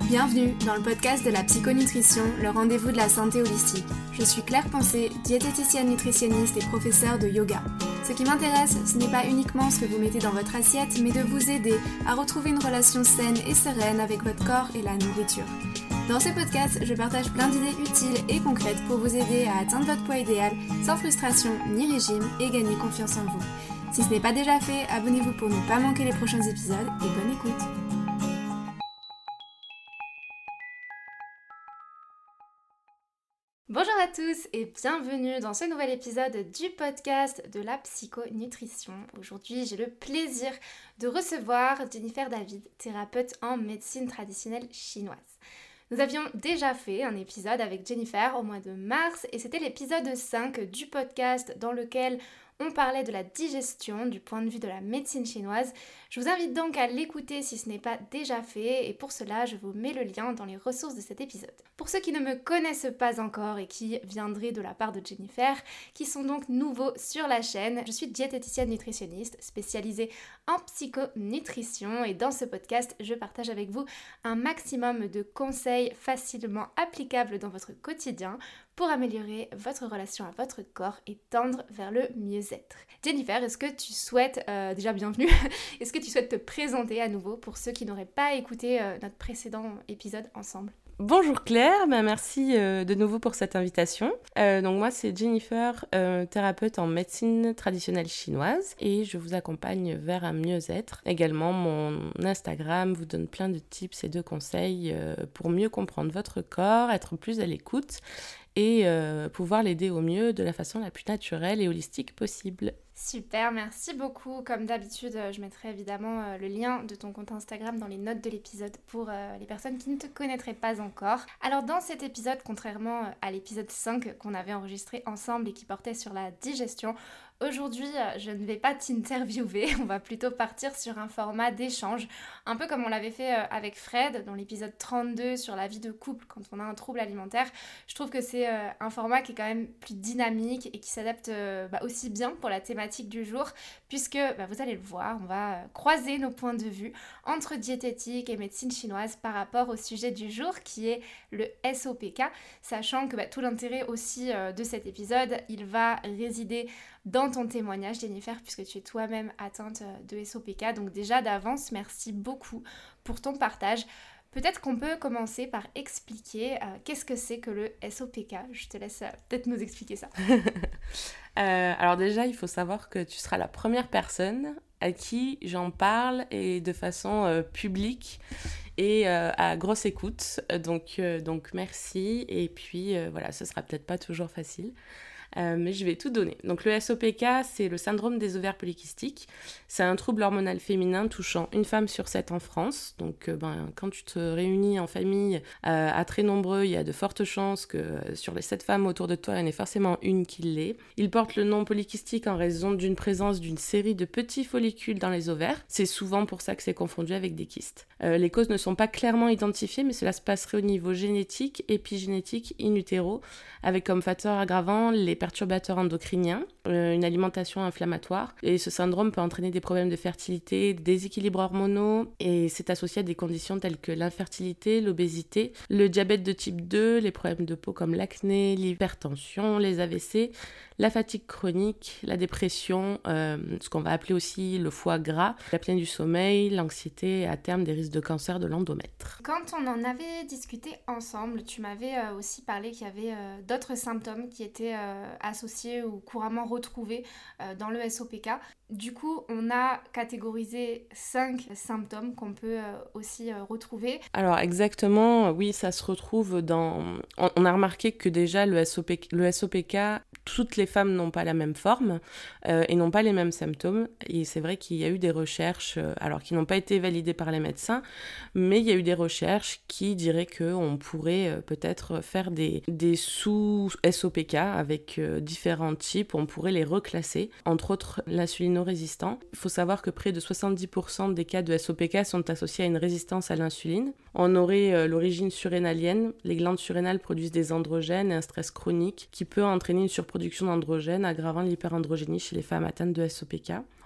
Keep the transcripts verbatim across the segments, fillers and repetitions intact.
Bienvenue dans le podcast de la psychonutrition, le rendez-vous de la santé holistique. Je suis Claire Poncé, diététicienne nutritionniste et professeure de yoga. Ce qui m'intéresse, ce n'est pas uniquement ce que vous mettez dans votre assiette, mais de vous aider à retrouver une relation saine et sereine avec votre corps et la nourriture. Dans ce podcast, je partage plein d'idées utiles et concrètes pour vous aider à atteindre votre poids idéal sans frustration ni régime et gagner confiance en vous. Si ce n'est pas déjà fait, abonnez-vous pour ne pas manquer les prochains épisodes et bonne écoute. Bonjour à tous et bienvenue dans ce nouvel épisode du podcast de la psychonutrition. Aujourd'hui, j'ai le plaisir de recevoir Jennifer David, thérapeute en médecine traditionnelle chinoise. Nous avions déjà fait un épisode avec Jennifer au mois de mars et c'était l'épisode cinq du podcast dans lequel on parlait de la digestion du point de vue de la médecine chinoise. Je vous invite donc à l'écouter si ce n'est pas déjà fait et pour cela, je vous mets le lien dans les ressources de cet épisode. Pour ceux qui ne me connaissent pas encore et qui viendraient de la part de Jennifer, qui sont donc nouveaux sur la chaîne, je suis diététicienne nutritionniste spécialisée en psychonutrition et dans ce podcast, je partage avec vous un maximum de conseils facilement applicables dans votre quotidien pour améliorer votre relation à votre corps et tendre vers le mieux-être. Jennifer, est-ce que tu souhaites, euh, déjà bienvenue, est-ce que tu souhaites te présenter à nouveau pour ceux qui n'auraient pas écouté euh, notre précédent épisode ensemble ? Bonjour Claire, ben merci euh, de nouveau pour cette invitation. Euh, donc moi c'est Jennifer, euh, thérapeute en médecine traditionnelle chinoise et je vous accompagne vers un mieux-être. Également mon Instagram vous donne plein de tips et de conseils euh, pour mieux comprendre votre corps, être plus à l'écoute et euh, pouvoir l'aider au mieux de la façon la plus naturelle et holistique possible. Super, merci beaucoup. Comme d'habitude, je mettrai évidemment le lien de ton compte Instagram dans les notes de l'épisode pour les personnes qui ne te connaîtraient pas encore. Alors dans cet épisode, contrairement à l'épisode cinq qu'on avait enregistré ensemble et qui portait sur la digestion, aujourd'hui, je ne vais pas t'interviewer, on va plutôt partir sur un format d'échange, un peu comme on l'avait fait avec Fred dans l'épisode trente-deux sur la vie de couple quand on a un trouble alimentaire. Je trouve que c'est un format qui est quand même plus dynamique et qui s'adapte bah, aussi bien pour la thématique du jour, puisque bah, vous allez le voir, on va croiser nos points de vue entre diététique et médecine chinoise par rapport au sujet du jour qui est le S O P K, sachant que bah, tout l'intérêt aussi euh, de cet épisode, il va résider dans ton témoignage Jennifer, puisque tu es toi-même atteinte de S O P K, donc déjà d'avance, merci beaucoup pour ton partage. Peut-être qu'on peut commencer par expliquer euh, qu'est-ce que c'est que le S O P K. Je te laisse euh, peut-être nous expliquer ça. euh, alors déjà, il faut savoir que tu seras la première personne à qui j'en parle et de façon euh, publique et euh, à grosse écoute. Donc, euh, donc merci. Et puis euh, voilà, ce sera peut-être pas toujours facile. Euh, mais je vais tout donner. Donc le S O P K, c'est le syndrome des ovaires polykystiques. C'est un trouble hormonal féminin touchant une femme sur sept en France. Donc euh, ben, quand tu te réunis en famille euh, à très nombreux, il y a de fortes chances que euh, sur les sept femmes autour de toi, il y en ait forcément une qui l'ait. Il porte le nom polykystique en raison d'une présence d'une série de petits follicules dans les ovaires. C'est souvent pour ça que c'est confondu avec des kystes. Euh, les causes ne sont pas clairement identifiées, mais cela se passerait au niveau génétique, épigénétique, in utero, avec comme facteur aggravant les perturbateurs endocriniens, euh, une alimentation inflammatoire. Et ce syndrome peut entraîner des problèmes de fertilité, des déséquilibres hormonaux, et c'est associé à des conditions telles que l'infertilité, l'obésité, le diabète de type deux, les problèmes de peau comme l'acné, l'hypertension, les A V C, la fatigue chronique, la dépression, euh, ce qu'on va appeler aussi le foie gras, l'apnée du sommeil, l'anxiété et à terme des risques de cancer de l'endomètre. Quand on en avait discuté ensemble, tu m'avais euh, aussi parlé qu'il y avait euh, d'autres symptômes qui étaient euh, associés ou couramment retrouvés euh, dans le S O P K. Du coup, on a catégorisé cinq symptômes qu'on peut euh, aussi euh, retrouver. Alors exactement, oui, ça se retrouve dans... On, on a remarqué que déjà le S O P K, le S O P K, toutes les femmes n'ont pas la même forme euh, et n'ont pas les mêmes symptômes. Et c'est vrai qu'il y a eu des recherches, euh, alors qui n'ont pas été validées par les médecins, mais il y a eu des recherches qui diraient qu'on pourrait euh, peut-être faire des, des sous-S O P K avec euh, différents types, on pourrait les reclasser, entre autres l'insulino-résistant. Il faut savoir que près de soixante-dix pour cent des cas de S O P K sont associés à une résistance à l'insuline. On aurait euh, l'origine surrénalienne. Les glandes surrénales produisent des androgènes et un stress chronique qui peut entraîner une surproduction d'androgènes, aggravant l'hyperandrogénie chez les femmes atteintes de S O P K.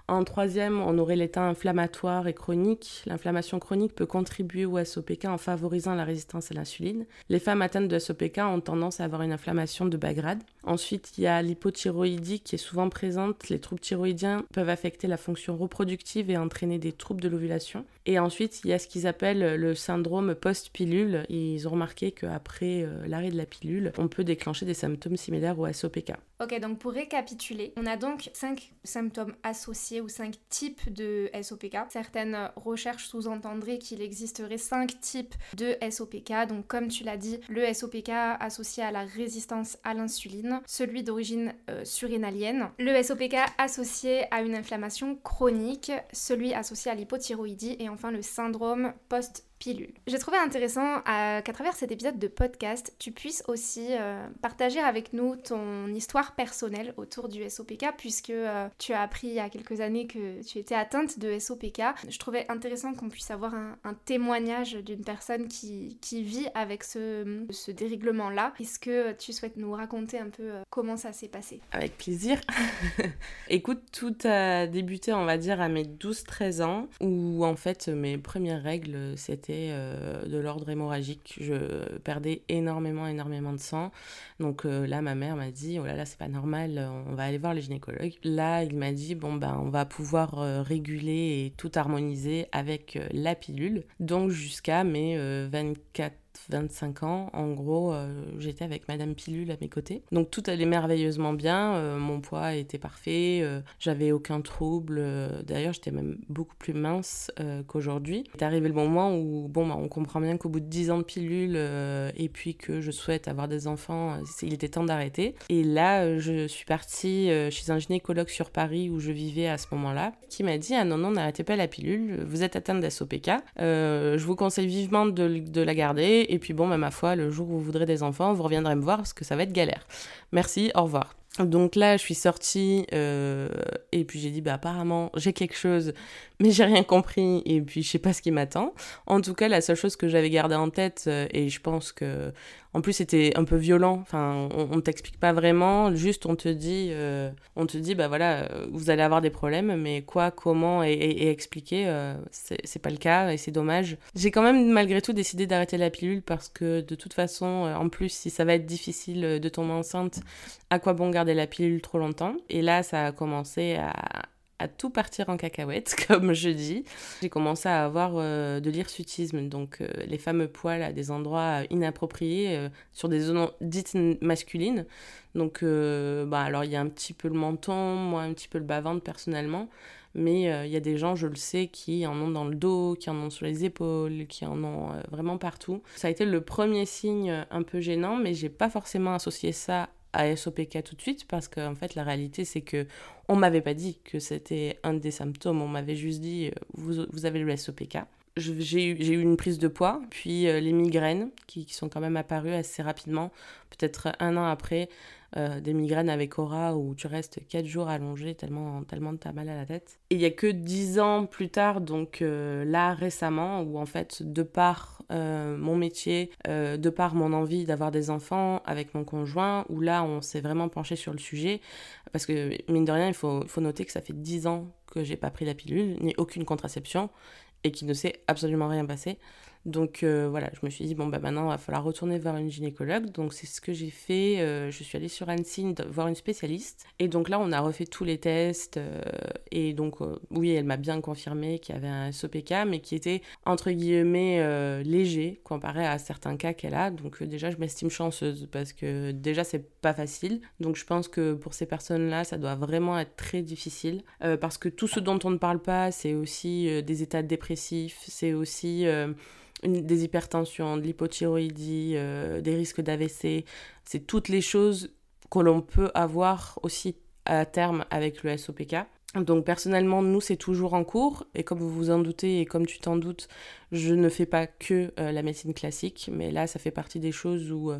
En troisième, on aurait l'état inflammatoire et chronique. L'inflammation chronique peut contribuer au S O P K en favorisant la résistance à l'insuline. Les femmes atteintes de S O P K ont tendance à avoir une inflammation de bas grade. Ensuite, il y a l'hypothyroïdie qui est souvent présente. Les troubles thyroïdiens peuvent affecter la fonction reproductive et entraîner des troubles de l'ovulation. Et ensuite, il y a ce qu'ils appellent le syndrome post-pilule. Ils ont remarqué qu'après euh, l'arrêt de la pilule, on peut déclencher des symptômes similaires au S O P K. Ok, donc pour récapituler, on a donc cinq symptômes associés ou cinq types de S O P K. Certaines recherches sous-entendraient qu'il existerait cinq types de S O P K. Donc comme tu l'as dit, le S O P K associé à la résistance à l'insuline, celui d'origine euh, surrénalienne, le S O P K associé à une inflammation chronique, celui associé à l'hypothyroïdie et enfin le syndrome post pilule. J'ai trouvé intéressant euh, qu'à travers cet épisode de podcast, tu puisses aussi euh, partager avec nous ton histoire personnelle autour du S O P K, puisque euh, tu as appris il y a quelques années que tu étais atteinte de S O P K. Je trouvais intéressant qu'on puisse avoir un, un témoignage d'une personne qui, qui vit avec ce, ce dérèglement-là. Est-ce que tu souhaites nous raconter un peu euh, comment ça s'est passé ? Avec plaisir. Écoute, tout a débuté, on va dire, à mes douze treize ans, où en fait, mes premières règles, c'était euh, de l'ordre hémorragique. Je perdais énormément, énormément de sang. Donc euh, là, ma mère m'a dit, oh là là, c'est pas normal, on va aller voir le gynécologue. Là, il m'a dit, bon ben, on va pouvoir euh, réguler et tout harmoniser avec euh, la pilule. Donc jusqu'à mes euh, vingt-quatre vingt-cinq ans, en gros, euh, j'étais avec Madame Pilule à mes côtés. Donc tout allait merveilleusement bien, euh, mon poids était parfait, euh, j'avais aucun trouble. Euh, d'ailleurs, j'étais même beaucoup plus mince euh, qu'aujourd'hui. C'est arrivé le moment où, bon, bah, on comprend bien qu'au bout de dix ans de pilule, euh, et puis que je souhaite avoir des enfants, il était temps d'arrêter. Et là, euh, je suis partie euh, chez un gynécologue sur Paris où je vivais à ce moment-là, qui m'a dit, ah non, non, n'arrêtez pas la pilule, vous êtes atteinte d'S O P K, euh, je vous conseille vivement de, de la garder. Et puis bon, bah, ma foi, le jour où vous voudrez des enfants, vous reviendrez me voir parce que ça va être galère. Merci, au revoir. Donc là, je suis sortie euh, et puis j'ai dit, bah apparemment, j'ai quelque chose, mais j'ai rien compris et puis je sais pas ce qui m'attend. En tout cas, la seule chose que j'avais gardée en tête, euh, et je pense que, en plus, c'était un peu violent, enfin, on, on t'explique pas vraiment, juste on te dit, euh, on te dit, bah voilà, vous allez avoir des problèmes, mais quoi, comment et, et, et expliquer, euh, c'est, c'est pas le cas et c'est dommage. J'ai quand même malgré tout décidé d'arrêter la pilule parce que de toute façon, en plus, si ça va être difficile de tomber enceinte, à quoi bon garder la pilule trop longtemps? Et là, ça a commencé à, à tout partir en cacahuète, comme je dis. J'ai commencé à avoir euh, de l'hirsutisme, donc euh, les fameux poils à des endroits inappropriés, euh, sur des zones dites masculines. Donc, euh, bah, alors il y a un petit peu le menton, moi un petit peu le bas-ventre personnellement, mais il euh, y a des gens, je le sais, qui en ont dans le dos, qui en ont sur les épaules, qui en ont euh, vraiment partout. Ça a été le premier signe un peu gênant, mais j'ai pas forcément associé ça à S O P K tout de suite, parce qu'en en fait la réalité c'est que on m'avait pas dit que c'était un des symptômes, on m'avait juste dit vous, vous avez le S O P K. Je, j'ai, eu, j'ai eu une prise de poids, puis euh, les migraines qui, qui sont quand même apparues assez rapidement, peut-être un an après, euh, des migraines avec aura où tu restes quatre jours allongé tellement, tellement t'as mal à la tête. Et il n'y a que dix ans plus tard, donc euh, là récemment, où en fait de par euh, mon métier, euh, de par mon envie d'avoir des enfants avec mon conjoint, où là on s'est vraiment penché sur le sujet, parce que mine de rien il faut, faut noter que ça fait dix ans que j'ai pas pris la pilule, ni aucune contraception, et qu'il ne s'est absolument rien passé. Donc euh, voilà, je me suis dit, bon bah maintenant il va falloir retourner voir une gynécologue. Donc c'est ce que j'ai fait, euh, je suis allée sur Annecy voir une spécialiste. Et donc là on a refait tous les tests, euh, et donc euh, oui, elle m'a bien confirmé qu'il y avait un S O P K, mais qui était entre guillemets euh, léger comparé à certains cas qu'elle a. Donc euh, déjà je m'estime chanceuse, parce que déjà c'est pas facile. Donc je pense que pour ces personnes-là, ça doit vraiment être très difficile, euh, parce que tout ce dont on ne parle pas, c'est aussi euh, des états dépressifs, c'est aussi... Euh, Une, des hypertensions, de l'hypothyroïdie, euh, des risques d'A V C. C'est toutes les choses que l'on peut avoir aussi à terme avec le S O P K. Donc personnellement, nous, c'est toujours en cours. Et comme vous vous en doutez et comme tu t'en doutes, je ne fais pas que euh, la médecine classique. Mais là, ça fait partie des choses où euh,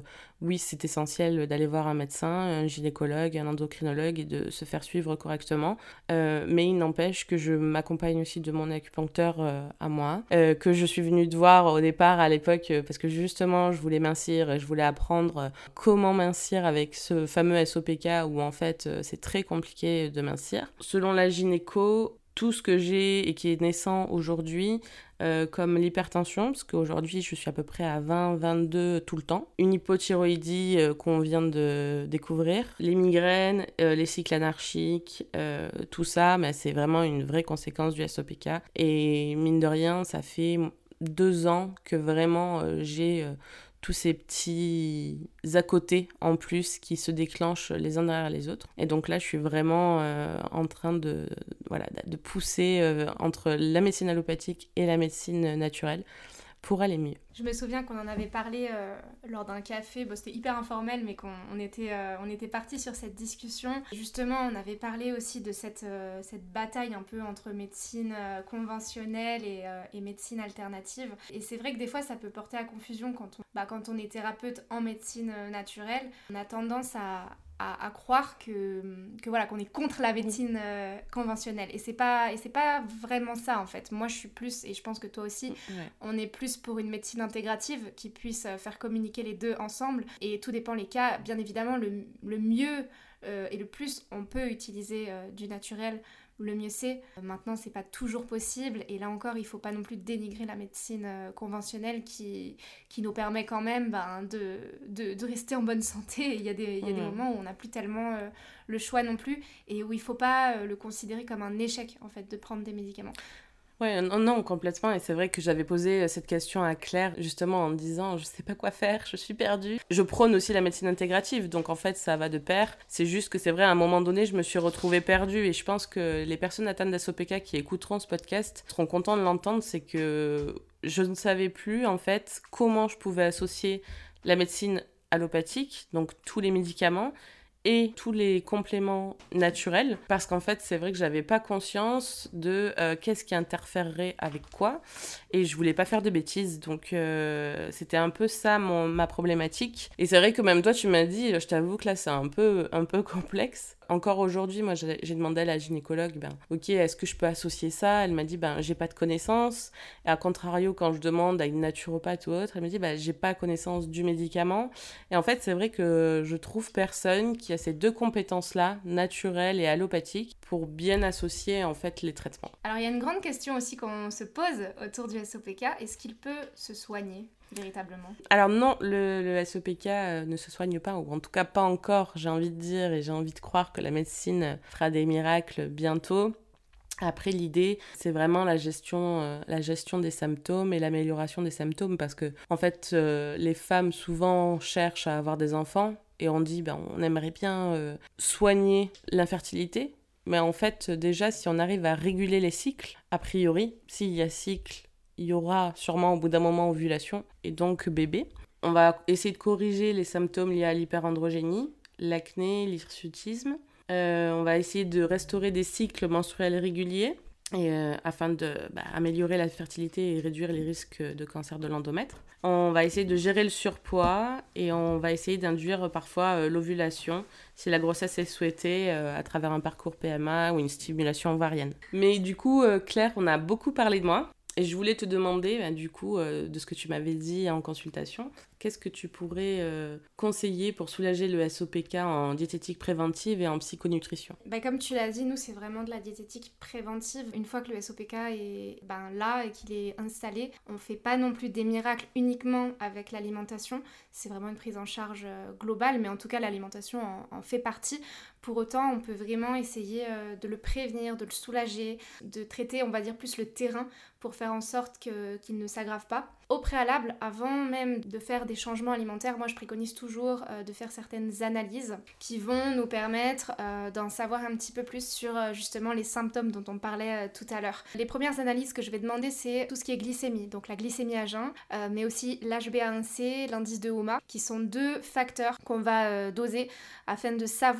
oui, c'est essentiel d'aller voir un médecin, un gynécologue, un endocrinologue et de se faire suivre correctement. Euh, mais il n'empêche que je m'accompagne aussi de mon acupuncteur euh, à moi, euh, que je suis venue te voir au départ à l'époque euh, parce que justement je voulais mincir et je voulais apprendre euh, comment mincir avec ce fameux S O P K où en fait euh, c'est très compliqué de mincir. Selon la gynéco, tout ce que j'ai et qui est naissant aujourd'hui, euh, comme l'hypertension, parce qu'aujourd'hui je suis à peu près à vingt vingt-deux tout le temps, une hypothyroïdie euh, qu'on vient de découvrir, les migraines, euh, les cycles anarchiques, euh, tout ça, mais c'est vraiment une vraie conséquence du S O P K. Et mine de rien, ça fait deux ans que vraiment euh, j'ai euh, tous ces petits à côté en plus qui se déclenchent les uns derrière les autres. Et donc là, je suis vraiment euh, en train de, voilà, de pousser euh, entre la médecine allopathique et la médecine naturelle pour aller mieux. Je me souviens qu'on en avait parlé euh, lors d'un café, bon, c'était hyper informel, mais qu'on on était, euh, on était partis sur cette discussion. Justement, on avait parlé aussi de cette, euh, cette bataille un peu entre médecine euh, conventionnelle et, euh, et médecine alternative. Et c'est vrai que des fois, ça peut porter à confusion quand on, bah, quand on est thérapeute en médecine naturelle. On a tendance à... À, à croire que, que voilà qu'on est contre la médecine euh, conventionnelle et c'est pas et c'est pas vraiment ça en fait. Moi je suis plus, et je pense que toi aussi, ouais. On est plus pour une médecine intégrative qui puisse faire communiquer les deux ensemble, et tout dépend les cas. Bien évidemment le, le mieux euh, et le plus on peut utiliser euh, du naturel, le mieux c'est. Maintenant, c'est pas toujours possible, et là encore, il faut pas non plus dénigrer la médecine euh, conventionnelle qui, qui nous permet quand même ben, de, de, de rester en bonne santé. Il y a des, il y a mmh. des moments où on n'a plus tellement euh, le choix non plus, et où il faut pas euh, le considérer comme un échec, en fait, de prendre des médicaments. Ouais, non, non, complètement. Et c'est vrai que j'avais posé cette question à Claire, justement, en me disant, je sais pas quoi faire, je suis perdue. Je prône aussi la médecine intégrative, donc en fait, ça va de pair. C'est juste que c'est vrai, à un moment donné, je me suis retrouvée perdue. Et je pense que les personnes atteintes d'S O P K qui écouteront ce podcast seront contents de l'entendre. C'est que je ne savais plus, en fait, comment je pouvais associer la médecine allopathique, donc tous les médicaments, et tous les compléments naturels, parce qu'en fait, c'est vrai que j'avais pas conscience de euh, qu'est-ce qui interférerait avec quoi, et je voulais pas faire de bêtises, donc euh, c'était un peu ça mon, ma problématique. Et c'est vrai que même toi, tu m'as dit, je t'avoue que là, c'est un peu, un peu complexe. Encore aujourd'hui, moi, j'ai, j'ai demandé à la gynécologue, ben, ok, est-ce que je peux associer ça ? Elle m'a dit, ben, j'ai pas de connaissances. Et à contrario, quand je demande à une naturopathe ou autre, elle me dit, ben, j'ai pas connaissance du médicament. Et en fait, c'est vrai que je trouve personne qui a ces deux compétences-là, naturelles et allopathiques, pour bien associer, en fait, les traitements. Alors, il y a une grande question aussi qu'on se pose autour du S O P K. Est-ce qu'il peut se soigner véritablement ? Alors non, le, le S O P K euh, ne se soigne pas, ou en tout cas pas encore, j'ai envie de dire, et j'ai envie de croire que la médecine fera des miracles bientôt. Après, l'idée, c'est vraiment la gestion, euh, la gestion des symptômes et l'amélioration des symptômes, parce que, en fait, euh, les femmes souvent cherchent à avoir des enfants, et on dit, ben, on aimerait bien euh, soigner l'infertilité, mais en fait, déjà, si on arrive à réguler les cycles, a priori, s'il y a cycle, il y aura sûrement au bout d'un moment ovulation et donc bébé. On va essayer de corriger les symptômes liés à l'hyperandrogénie, l'acné, l'hirsutisme. Euh, on va essayer de restaurer des cycles menstruels réguliers et, euh, afin d'améliorer bah, la fertilité et réduire les risques de cancer de l'endomètre. On va essayer de gérer le surpoids et on va essayer d'induire parfois euh, l'ovulation si la grossesse est souhaitée euh, à travers un parcours P M A ou une stimulation ovarienne. Mais du coup, euh, Claire, on a beaucoup parlé de moi. Et je voulais te demander, bah, du coup, euh, de ce que tu m'avais dit en consultation, qu'est-ce que tu pourrais euh, conseiller pour soulager le S O P K en diététique préventive et en psychonutrition ? Bah, comme tu l'as dit, nous, c'est vraiment de la diététique préventive. Une fois que le S O P K est ben, là et qu'il est installé, on ne fait pas non plus des miracles uniquement avec l'alimentation. C'est vraiment une prise en charge euh, globale, mais en tout cas, l'alimentation en, en fait partie. Pour autant, on peut vraiment essayer euh, de le prévenir, de le soulager, de traiter, on va dire, plus le terrain pour faire en sorte que, qu'il ne s'aggrave pas. Au préalable, avant même de faire des changements alimentaires, moi je préconise toujours euh, de faire certaines analyses qui vont nous permettre euh, d'en savoir un petit peu plus sur euh, justement les symptômes dont on parlait euh, tout à l'heure. Les premières analyses que je vais demander, c'est tout ce qui est glycémie, donc la glycémie à jeun, euh, mais aussi l'H b A un C, l'indice de Homa, qui sont deux facteurs qu'on va euh, doser afin de savoir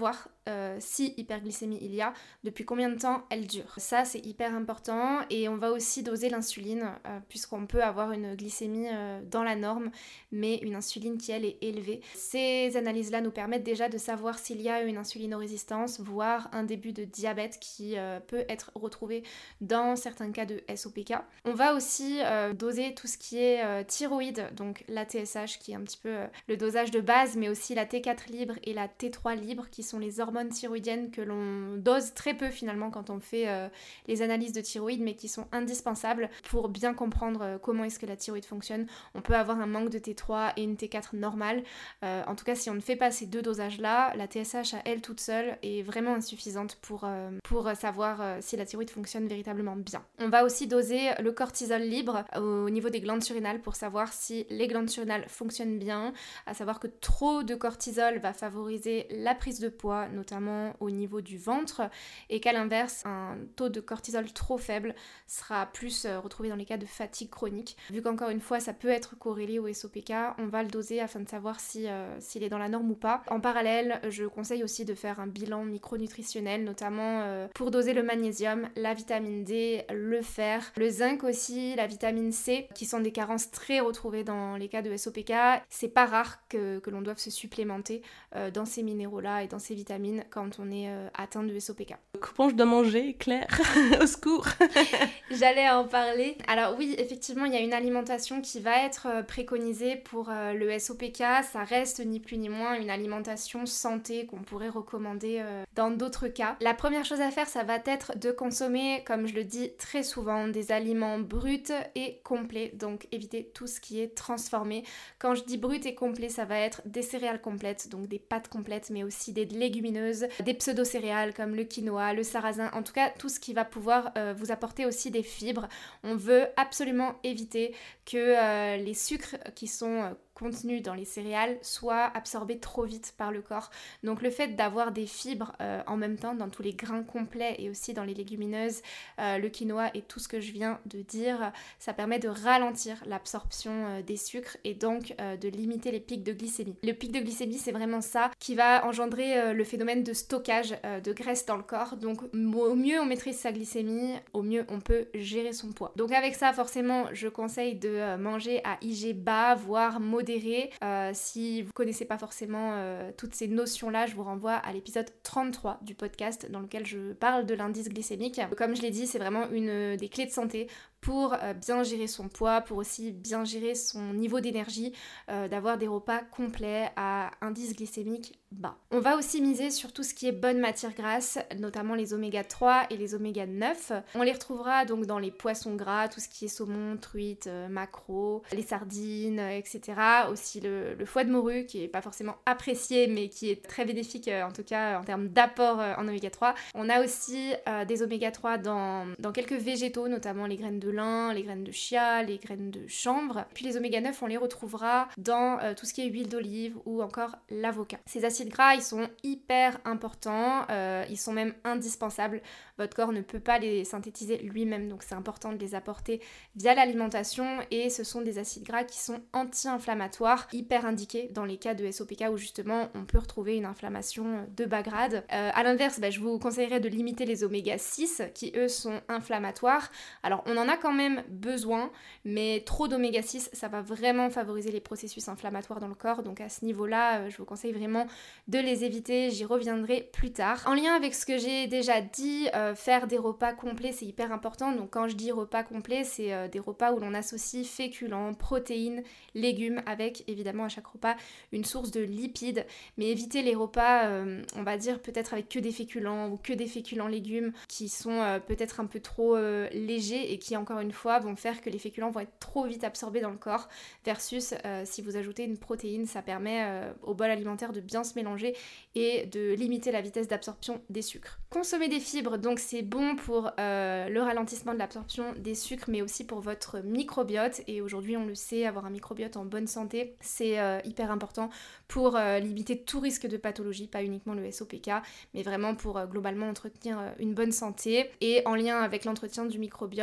euh, si hyperglycémie il y a, depuis combien de temps elle dure. Ça c'est hyper important et on va aussi doser l'insuline euh, puisqu'on peut avoir une glycémie euh, dans la norme mais une insuline qui elle est élevée. Ces analyses-là nous permettent déjà de savoir s'il y a une insulinorésistance, voire un début de diabète qui euh, peut être retrouvé dans certains cas de S O P K. On va aussi euh, doser tout ce qui est euh, thyroïde, donc la T S H qui est un petit peu euh, le dosage de base, mais aussi la T quatre libre et la T trois libre qui sont les hormones thyroïdiennes que l'on dose très peu finalement quand on fait euh, les analyses de thyroïde, mais qui sont indispensables pour bien comprendre euh, comment est-ce que la thyroïde fonctionne. On peut avoir un manque de T trois et une T quatre normale. Euh, en tout cas, si on ne fait pas ces deux dosages-là, la T S H à elle toute seule est vraiment insuffisante pour, euh, pour savoir euh, si la thyroïde fonctionne véritablement bien. On va aussi doser le cortisol libre au niveau des glandes surrénales pour savoir si les glandes surrénales fonctionnent bien, à savoir que trop de cortisol va favoriser la prise de poids, notamment au niveau du ventre, et qu'à l'inverse, un taux de cortisol trop faible sera plus euh, retrouvé dans les cas de fatigue chronique. Vu qu'encore une fois, ça peut être corrélé au S O P K, on va le doser afin de savoir si, euh, s'il est dans la norme ou pas. En parallèle, je conseille aussi de faire un bilan micronutritionnel, notamment euh, pour doser le magnésium, la vitamine D, le fer, le zinc aussi, la vitamine C, qui sont des carences très retrouvées dans les cas de S O P K. C'est pas rare que, que l'on doive se supplémenter euh, dans ces minéraux-là et dans ces vitamines quand on est euh, atteint de S O P K. Comment je dois manger, Claire? Au secours. J'allais en parler. Alors oui, effectivement, il y a une alimentation qui va être euh, préconisée pour euh, le S O P K. Ça reste ni plus ni moins une alimentation santé qu'on pourrait recommander euh, dans d'autres cas. La première chose à faire, ça va être de consommer, comme je le dis très souvent, des aliments bruts et complets. Donc éviter tout ce qui est transformé. Quand je dis brut et complet, ça va être des céréales complètes, donc des pâtes complètes, mais aussi des légumineuses, des pseudo-céréales comme le quinoa, le sarrasin, en tout cas tout ce qui va pouvoir euh, vous apporter aussi des fibres. On veut absolument éviter que euh, les sucres qui sont euh, contenus dans les céréales soient absorbés trop vite par le corps. Donc le fait d'avoir des fibres euh, en même temps dans tous les grains complets et aussi dans les légumineuses, euh, le quinoa et tout ce que je viens de dire, ça permet de ralentir l'absorption euh, des sucres et donc euh, de limiter les pics de glycémie. Le pic de glycémie, c'est vraiment ça qui va engendrer euh, le phénomène de stockage euh, de graisse dans le corps. Donc au mieux on maîtrise sa glycémie, au mieux on peut gérer son poids. Donc avec ça, forcément, je conseille de euh, manger à I G bas, voire modéré. Euh, si vous connaissez pas forcément euh, toutes ces notions-là, je vous renvoie à l'épisode trente-trois du podcast dans lequel je parle de l'indice glycémique. Comme je l'ai dit, c'est vraiment une des clés de santé pour euh, bien gérer son poids, pour aussi bien gérer son niveau d'énergie, euh, d'avoir des repas complets à indice glycémique bas. On va aussi miser sur tout ce qui est bonne matière grasse, notamment les oméga trois et les oméga neuf. On les retrouvera donc dans les poissons gras, tout ce qui est saumon, truite, euh, maquereau, les sardines, euh, et cetera. Aussi le, le foie de morue qui est pas forcément apprécié mais qui est très bénéfique euh, en tout cas en termes d'apport euh, en oméga trois. On a aussi euh, des oméga trois dans, dans quelques végétaux, notamment les graines de lin, les graines de chia, les graines de chanvre. Puis les oméga neuf, on les retrouvera dans euh, tout ce qui est huile d'olive ou encore l'avocat. Ces acides gras, ils sont hyper importants, euh, ils sont même indispensables. Votre corps ne peut pas les synthétiser lui-même, donc c'est important de les apporter via l'alimentation et ce sont des acides gras qui sont anti-inflammatoires, hyper indiqués dans les cas de S O P K où justement on peut retrouver une inflammation de bas grade. Euh, à l'inverse, bah, je vous conseillerais de limiter les oméga six qui eux sont inflammatoires. Alors on en a quand même besoin, mais trop d'oméga six, ça va vraiment favoriser les processus inflammatoires dans le corps, donc à ce niveau-là, euh, je vous conseille vraiment de les éviter, j'y reviendrai plus tard. En lien avec ce que j'ai déjà dit, euh, faire des repas complets, c'est hyper important, donc quand je dis repas complets, c'est euh, des repas où l'on associe féculents, protéines, légumes, avec évidemment à chaque repas une source de lipides, mais éviter les repas, euh, on va dire peut-être avec que des féculents ou que des féculents légumes qui sont euh, peut-être un peu trop euh, légers et qui encore une fois vont faire que les féculents vont être trop vite absorbés dans le corps versus euh, si vous ajoutez une protéine, ça permet euh, au bol alimentaire de bien se mélanger et de limiter la vitesse d'absorption des sucres. Consommer des fibres, donc c'est bon pour euh, le ralentissement de l'absorption des sucres mais aussi pour votre microbiote et aujourd'hui on le sait, avoir un microbiote en bonne santé c'est euh, hyper important pour euh, limiter tout risque de pathologie, pas uniquement le S O P K mais vraiment pour euh, globalement entretenir euh, une bonne santé et en lien avec l'entretien du microbiote, euh,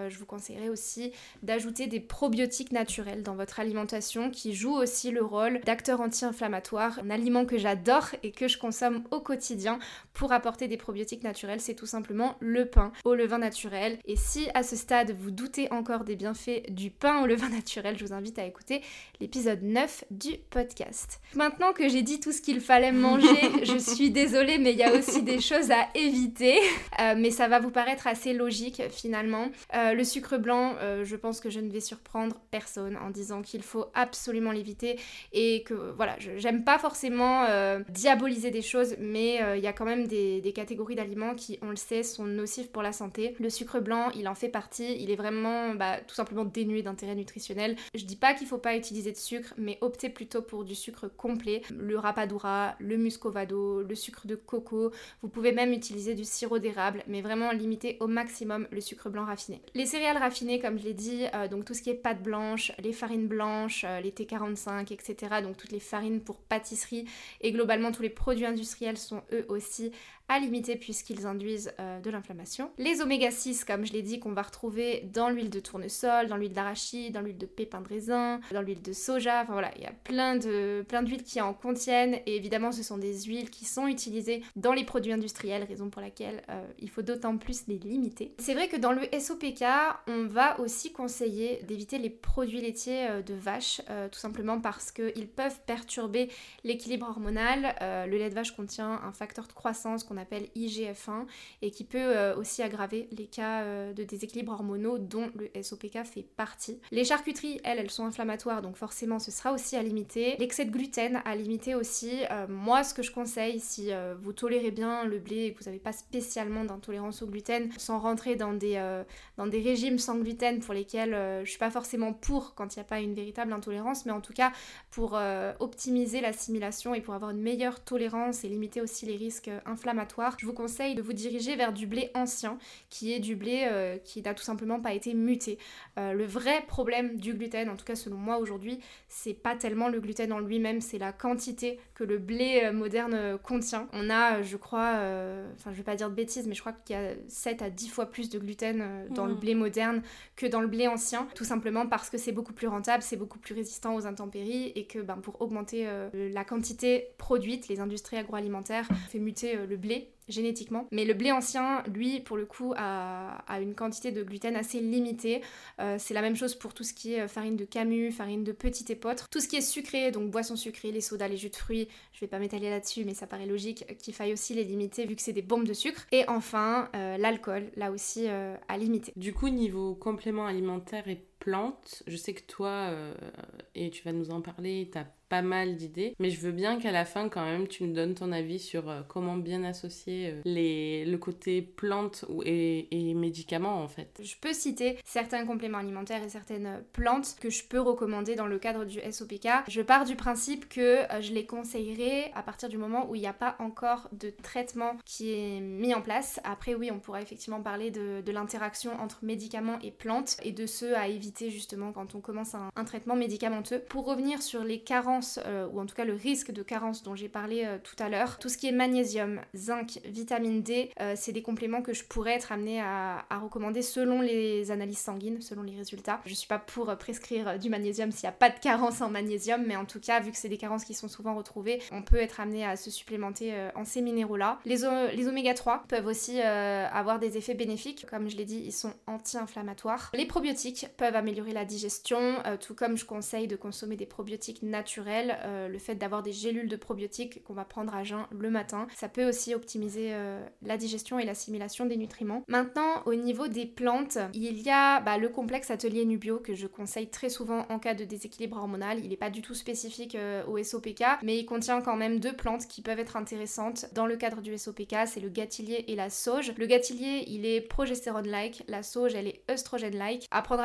euh, je vous conseillerais aussi d'ajouter des probiotiques naturels dans votre alimentation qui jouent aussi le rôle d'acteur anti-inflammatoire. Un aliment que j'adore et que je consomme au quotidien pour apporter des probiotiques naturels, c'est tout simplement le pain au levain naturel. Et si à ce stade vous doutez encore des bienfaits du pain au levain naturel, je vous invite à écouter l'épisode neuf du podcast. Maintenant que j'ai dit tout ce qu'il fallait manger, je suis désolée, mais il y a aussi des choses à éviter. Euh, mais ça va vous paraître assez logique finalement. Euh, le sucre blanc, euh, je pense que je ne vais surprendre personne en disant qu'il faut absolument l'éviter et que voilà, je, j'aime pas forcément euh, diaboliser des choses, mais il euh, y a quand même des, des catégories d'aliments qui, on le sait, sont nocifs pour la santé. Le sucre blanc, il en fait partie, il est vraiment bah, tout simplement dénué d'intérêt nutritionnel. Je dis pas qu'il faut pas utiliser de sucre, mais optez plutôt pour du sucre complet, le rapadura, le muscovado, le sucre de coco. Vous pouvez même utiliser du sirop d'érable, mais vraiment limiter au maximum le sucre blanc raffiné. Les céréales raffinées, comme je l'ai dit, euh, donc tout ce qui est pâte blanche, les farines blanches, euh, les T quarante-cinq, et cetera. Donc toutes les farines pour pâtisserie et globalement tous les produits industriels sont eux aussi à limiter puisqu'ils induisent euh, de l'inflammation. Les oméga six, comme je l'ai dit, qu'on va retrouver dans l'huile de tournesol, dans l'huile d'arachide, dans l'huile de pépins de raisin, dans l'huile de soja, enfin voilà, il y a plein de plein d'huiles qui en contiennent et évidemment ce sont des huiles qui sont utilisées dans les produits industriels, raison pour laquelle euh, il faut d'autant plus les limiter. C'est vrai que dans le S O P K, on va aussi conseiller d'éviter les produits laitiers euh, de vache, euh, tout simplement parce qu'ils peuvent perturber l'équilibre hormonal. Euh, le lait de vache contient un facteur de croissance qu'on appelle I G F un et qui peut euh, aussi aggraver les cas euh, de déséquilibre hormonaux dont le S O P K fait partie. Les charcuteries, elles, elles sont inflammatoires donc forcément ce sera aussi à limiter. L'excès de gluten à limiter aussi. Euh, moi ce que je conseille si euh, vous tolérez bien le blé et que vous n'avez pas spécialement d'intolérance au gluten, sans rentrer dans des, euh, dans des régimes sans gluten pour lesquels euh, je suis pas forcément pour quand il n'y a pas une véritable intolérance, mais en tout cas pour euh, optimiser l'assimilation et pour avoir une meilleure tolérance et limiter aussi les risques inflammatoires, je vous conseille de vous diriger vers du blé ancien, qui est du blé euh, qui n'a tout simplement pas été muté. Euh, le vrai problème du gluten, en tout cas selon moi aujourd'hui, c'est pas tellement le gluten en lui-même, c'est la quantité que le blé euh, moderne euh, contient. On a, euh, je crois, euh, enfin je vais pas dire de bêtises, mais je crois qu'il y a sept à dix fois plus de gluten euh, dans mmh. le blé moderne que dans le blé ancien, tout simplement parce que c'est beaucoup plus rentable, c'est beaucoup plus résistant aux intempéries et que ben, pour augmenter euh, la quantité produite, les industries agroalimentaires fait muter euh, le blé génétiquement. Mais le blé ancien, lui, pour le coup, a, a une quantité de gluten assez limitée. Euh, c'est la même chose pour tout ce qui est farine de camus, farine de petit épeautre. Tout ce qui est sucré, donc boissons sucrées, les sodas, les jus de fruits, je vais pas m'étaler là-dessus, mais ça paraît logique qu'il faille aussi les limiter vu que c'est des bombes de sucre. Et enfin, euh, l'alcool, là aussi, euh, à limiter. Du coup, niveau complément alimentaire et plantes, je sais que toi, euh, et tu vas nous en parler, t'as pas mal d'idées, mais je veux bien qu'à la fin quand même tu nous donnes ton avis sur euh, comment bien associer euh, les, le côté plantes et, et médicaments en fait. Je peux citer certains compléments alimentaires et certaines plantes que je peux recommander dans le cadre du S O P K. Je pars du principe que euh, je les conseillerais à partir du moment où il n'y a pas encore de traitement qui est mis en place. Après oui, on pourra effectivement parler de, de l'interaction entre médicaments et plantes et de ceux à éviter justement quand on commence un, un traitement médicamenteux. Pour revenir sur les carences Euh, ou en tout cas le risque de carence dont j'ai parlé euh, tout à l'heure. Tout ce qui est magnésium, zinc, vitamine D, euh, c'est des compléments que je pourrais être amenée à, à recommander selon les analyses sanguines, selon les résultats. Je suis pas pour euh, prescrire euh, du magnésium s'il n'y a pas de carence en magnésium, mais en tout cas, vu que c'est des carences qui sont souvent retrouvées, on peut être amené à se supplémenter euh, en ces minéraux-là. Les, o- les oméga trois peuvent aussi euh, avoir des effets bénéfiques. Comme je l'ai dit, ils sont anti-inflammatoires. Les probiotiques peuvent améliorer la digestion, euh, tout comme je conseille de consommer des probiotiques naturels. Euh, le fait d'avoir des gélules de probiotiques qu'on va prendre à jeun le matin, ça peut aussi optimiser euh, la digestion et l'assimilation des nutriments. Maintenant, au niveau des plantes, il y a bah, le complexe atelier Nubio que je conseille très souvent en cas de déséquilibre hormonal. Il n'est pas du tout spécifique euh, au S O P K, mais il contient quand même deux plantes qui peuvent être intéressantes dans le cadre du S O P K, c'est le gâtillier et la sauge. Le gâtillier, il est progestérone-like, la sauge, elle est œstrogène-like. À prendre avec des pincettes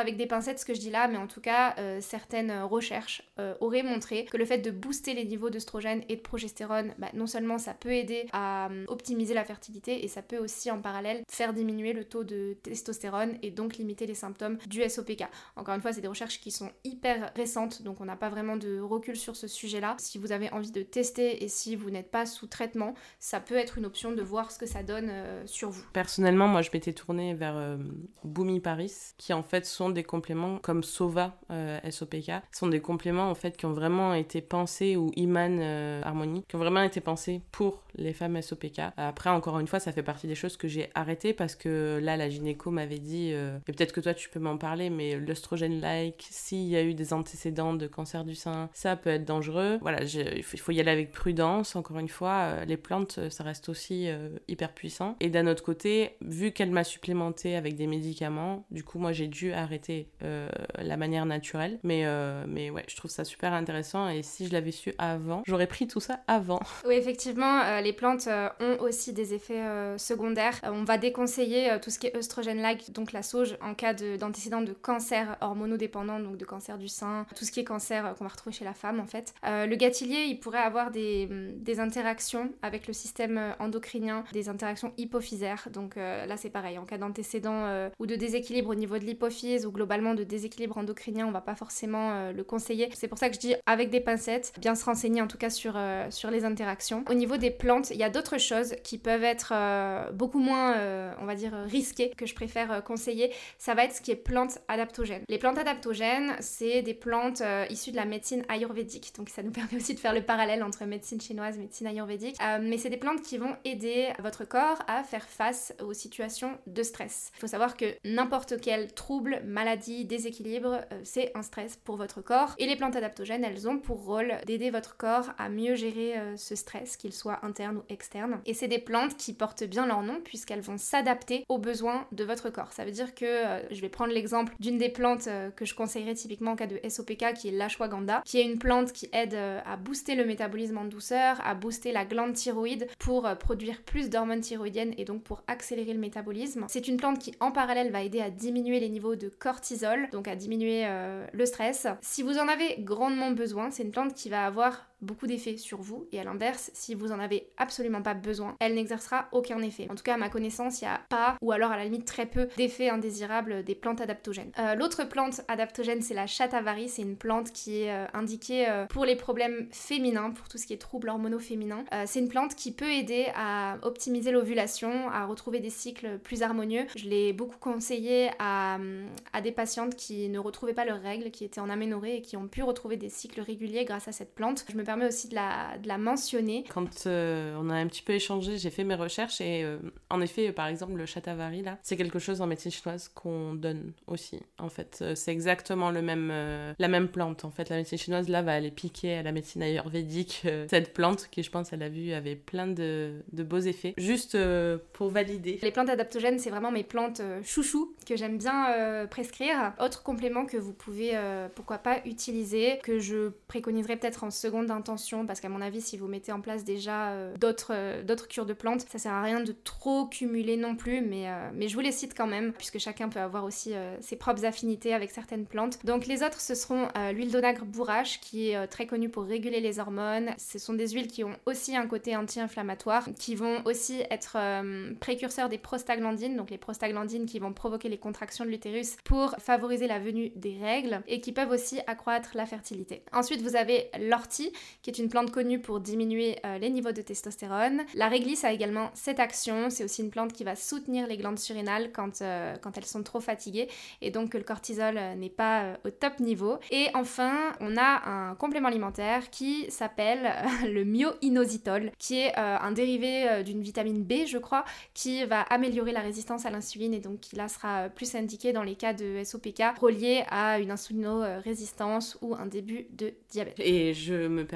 pincettes ce que je dis là, mais en tout cas, euh, certaines recherches euh, auraient montré que le fait de booster les niveaux d'œstrogène et de progestérone, bah, non seulement ça peut aider à euh, optimiser la fertilité, et ça peut aussi en parallèle faire diminuer le taux de testostérone et donc limiter les symptômes du S O P K. Encore une fois, c'est des recherches qui sont hyper récentes, donc on n'a pas vraiment de recul sur ce sujet-là. Si vous avez envie de tester et si vous n'êtes pas sous traitement, ça peut être une option de voir ce que ça donne euh, sur vous. Personnellement, moi je m'étais tournée vers euh, Boomy Paris, qui en fait sont des compléments comme Sova euh, S O P K, sont des compléments en fait qui ont vraiment été pensés, ou Iman euh, Harmony, qui ont vraiment été pensés pour les femmes S O P K. Après, encore une fois, ça fait partie des choses que j'ai arrêtées parce que là, la gynéco m'avait dit, euh, et peut-être que toi tu peux m'en parler, mais l'œstrogène-like, s'il y a eu des antécédents de cancer du sein, ça peut être dangereux. Voilà, je, il faut y aller avec prudence. Encore une fois, euh, les plantes, ça reste aussi euh, hyper puissant. Et d'un autre côté, vu qu'elle m'a supplémenté avec des médicaments, du coup, moi, j'ai dû arrêter euh, la manière naturelle. Mais, euh, mais ouais, je trouve ça super intéressant. Et si je l'avais su avant, j'aurais pris tout ça avant. Oui, effectivement, euh, les plantes euh, ont aussi des effets euh, secondaires. Euh, on va déconseiller euh, tout ce qui est œstrogène-like, donc la sauge, en cas de, d'antécédents de cancer hormonodépendant, donc de cancer du sein, tout ce qui est cancer euh, qu'on va retrouver chez la femme en fait. Euh, le gâtillier, il pourrait avoir des, des interactions avec le système endocrinien, des interactions hypophysaires. Donc euh, là, c'est pareil, en cas d'antécédent euh, ou de déséquilibre au niveau de l'hypophyse ou globalement de déséquilibre endocrinien, on va pas forcément euh, le conseiller. C'est pour ça que je dis avec des pincettes, bien se renseigner en tout cas sur, euh, sur les interactions. Au niveau des plantes, il y a d'autres choses qui peuvent être euh, beaucoup moins, euh, on va dire, risquées, que je préfère euh, conseiller. Ça va être ce qui est plantes adaptogènes. Les plantes adaptogènes, c'est des plantes euh, issues de la médecine ayurvédique, donc ça nous permet aussi de faire le parallèle entre médecine chinoise et médecine ayurvédique. Euh, mais c'est des plantes qui vont aider votre corps à faire face aux situations de stress. Il faut savoir que n'importe quel trouble, maladie, déséquilibre, euh, c'est un stress pour votre corps. Et les plantes adaptogènes, elles ont pour rôle d'aider votre corps à mieux gérer euh, ce stress, qu'il soit interne ou externe. Et c'est des plantes qui portent bien leur nom puisqu'elles vont s'adapter aux besoins de votre corps. Ça veut dire que, euh, je vais prendre l'exemple d'une des plantes euh, que je conseillerais typiquement en cas de S O P K, qui est l'ashwagandha, qui est une plante qui aide euh, à booster le métabolisme en douceur, à booster la glande thyroïde pour euh, produire plus d'hormones thyroïdiennes et donc pour accélérer le métabolisme. C'est une plante qui en parallèle va aider à diminuer les niveaux de cortisol, donc à diminuer euh, le stress. Si vous en avez grandement besoin, c'est une plante qui va avoir beaucoup d'effets sur vous, et à l'inverse, si vous en avez absolument pas besoin, elle n'exercera aucun effet. En tout cas, à ma connaissance, il n'y a pas, ou alors à la limite très peu, d'effets indésirables des plantes adaptogènes. Euh, l'autre plante adaptogène, c'est la shatavari. C'est une plante qui est euh, indiquée euh, pour les problèmes féminins, pour tout ce qui est troubles hormonaux féminins. Euh, c'est une plante qui peut aider à optimiser l'ovulation, à retrouver des cycles plus harmonieux. Je l'ai beaucoup conseillé à, à des patientes qui ne retrouvaient pas leurs règles, qui étaient en aménorrhée et qui ont pu retrouver des cycles réguliers grâce à cette plante. Je me permet aussi de la, de la mentionner. Quand euh, on a un petit peu échangé, j'ai fait mes recherches et euh, en effet, par exemple, le shatavari, là, c'est quelque chose en médecine chinoise qu'on donne aussi. En fait, euh, c'est exactement le même, euh, la même plante. En fait, la médecine chinoise, là, va aller piquer à la médecine ayurvédique euh, cette plante qui, je pense, elle a vu, avait plein de, de beaux effets. Juste euh, pour valider. Les plantes adaptogènes, c'est vraiment mes plantes euh, chouchou que j'aime bien euh, prescrire. Autre complément que vous pouvez, euh, pourquoi pas, utiliser, que je préconiserais peut-être en seconde intention, parce qu'à mon avis, si vous mettez en place déjà euh, d'autres, euh, d'autres cures de plantes, ça sert à rien de trop cumuler non plus, mais, euh, mais je vous les cite quand même, puisque chacun peut avoir aussi euh, ses propres affinités avec certaines plantes. Donc les autres, ce seront euh, l'huile d'onagre bourrache, qui est euh, très connue pour réguler les hormones. Ce sont des huiles qui ont aussi un côté anti-inflammatoire, qui vont aussi être euh, précurseurs des prostaglandines, donc les prostaglandines qui vont provoquer les contractions de l'utérus pour favoriser la venue des règles, et qui peuvent aussi accroître la fertilité. Ensuite, vous avez l'ortie, qui est une plante connue pour diminuer euh, les niveaux de testostérone. La réglisse a également cette action, c'est aussi une plante qui va soutenir les glandes surrénales quand, euh, quand elles sont trop fatiguées, et donc que le cortisol euh, n'est pas euh, au top niveau. Et enfin, on a un complément alimentaire qui s'appelle euh, le myo-inositol, qui est euh, un dérivé euh, d'une vitamine B, je crois, qui va améliorer la résistance à l'insuline, et donc qui là sera euh, plus indiqué dans les cas de S O P K reliés à une insulino-résistance ou un début de diabète. Et je me permets